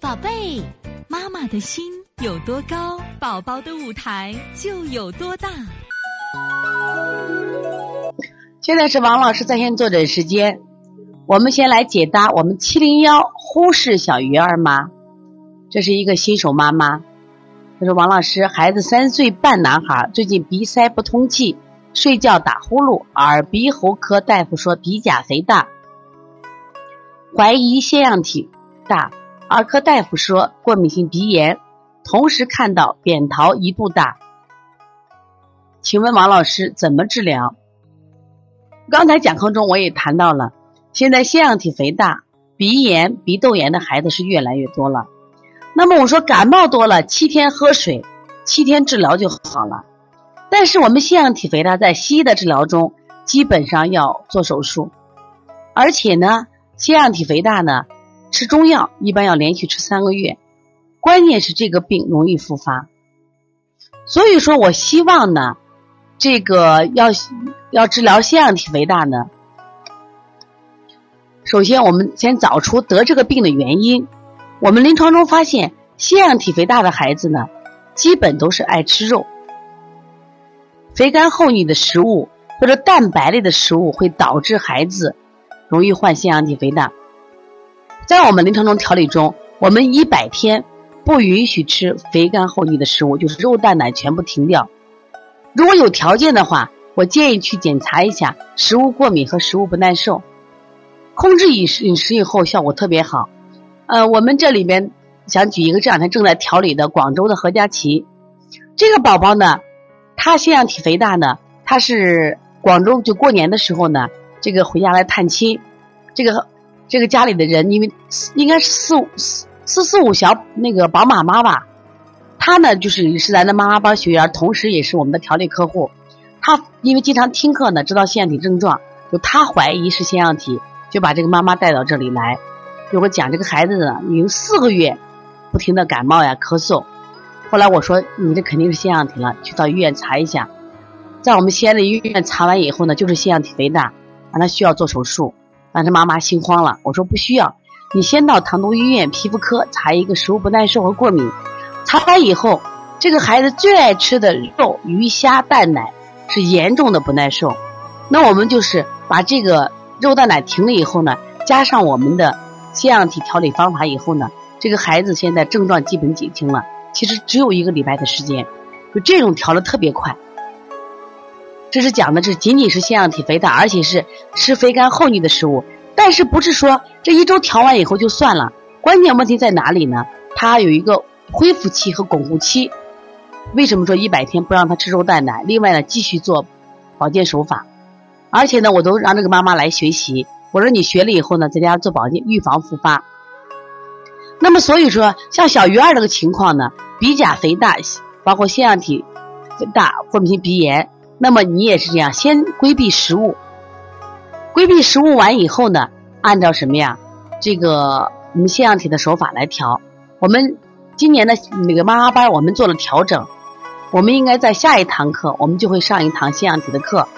宝贝，妈妈的心有多高，宝宝的舞台就有多大。 现在是王老师在线坐诊时间，我们先来解答我们701忽视小鱼儿妈。这是一个新手妈妈，她说王老师，孩子3岁半男孩，最近鼻塞不通气，睡觉打呼噜，耳鼻喉科大夫说鼻甲肥大，怀疑腺样体大，儿科大夫说过敏性鼻炎，同时看到扁桃1度大，请问王老师怎么治疗？刚才讲课中我也谈到了，现在腺样体肥大、鼻炎、鼻窦炎的孩子是越来越多了。那么我说感冒多了7天喝水，7天治疗就好了。但是我们腺样体肥大在西医的治疗中基本上要做手术，而且呢腺样体肥大呢吃中药一般要连续吃3个月，关键是这个病容易复发。所以说我希望呢这个要治疗腺样体肥大呢，首先我们先找出得这个病的原因。我们临床中发现腺样体肥大的孩子呢基本都是爱吃肉，肥甘厚腻的食物或者蛋白类的食物会导致孩子容易患腺样体肥大。在我们临床中调理中，我们100天不允许吃肥甘厚腻的食物，就是肉蛋奶全部停掉。如果有条件的话，我建议去检查一下食物过敏和食物不耐受。控制饮食以后效果特别好。我们这里边想举一个这两天正在调理的广州的何佳琪，这个宝宝呢他腺样体肥大呢，他是广州就过年的时候呢这个回家来探亲，这个家里的人因为应该是445小那个宝马妈吧，他呢就是咱的妈妈班学员，同时也是我们的调理客户。他因为经常听课呢知道腺样体症状，就他怀疑是腺样体，就把这个妈妈带到这里来。就我讲这个孩子呢已经4个月不停的感冒呀咳嗽，后来我说你这肯定是腺样体了，去到医院查一下。在我们西安的医院查完以后呢，就是腺样体肥大，让他需要做手术。但是妈妈心慌了，我说不需要，你先到唐都医院皮肤科查一个食物不耐受和过敏。查完以后，这个孩子最爱吃的肉、鱼虾蛋奶是严重的不耐受。那我们就是把这个肉蛋奶停了以后呢，加上我们的腺样体调理方法以后呢，这个孩子现在症状基本减轻了，其实只有1个礼拜的时间，就这种调的特别快。这是讲的这仅仅是腺样体肥大，而且是吃肥甘厚腻的食物，但是不是说这1周调完以后就算了，关键问题在哪里呢？它有一个恢复期和巩固期。为什么说100天不让他吃肉蛋奶？另外呢继续做保健手法，而且呢我都让这个妈妈来学习，我说你学了以后呢在家做保健预防复发。那么所以说像小鱼儿这个情况呢，鼻甲肥大包括腺样体肥大、过敏性鼻炎，那么你也是这样，先规避食物，规避食物完以后呢，按照什么呀这个我们腺样体的手法来调。我们今年的那个妈妈班我们做了调整，我们应该在下一堂课我们就会上一堂腺样体的课，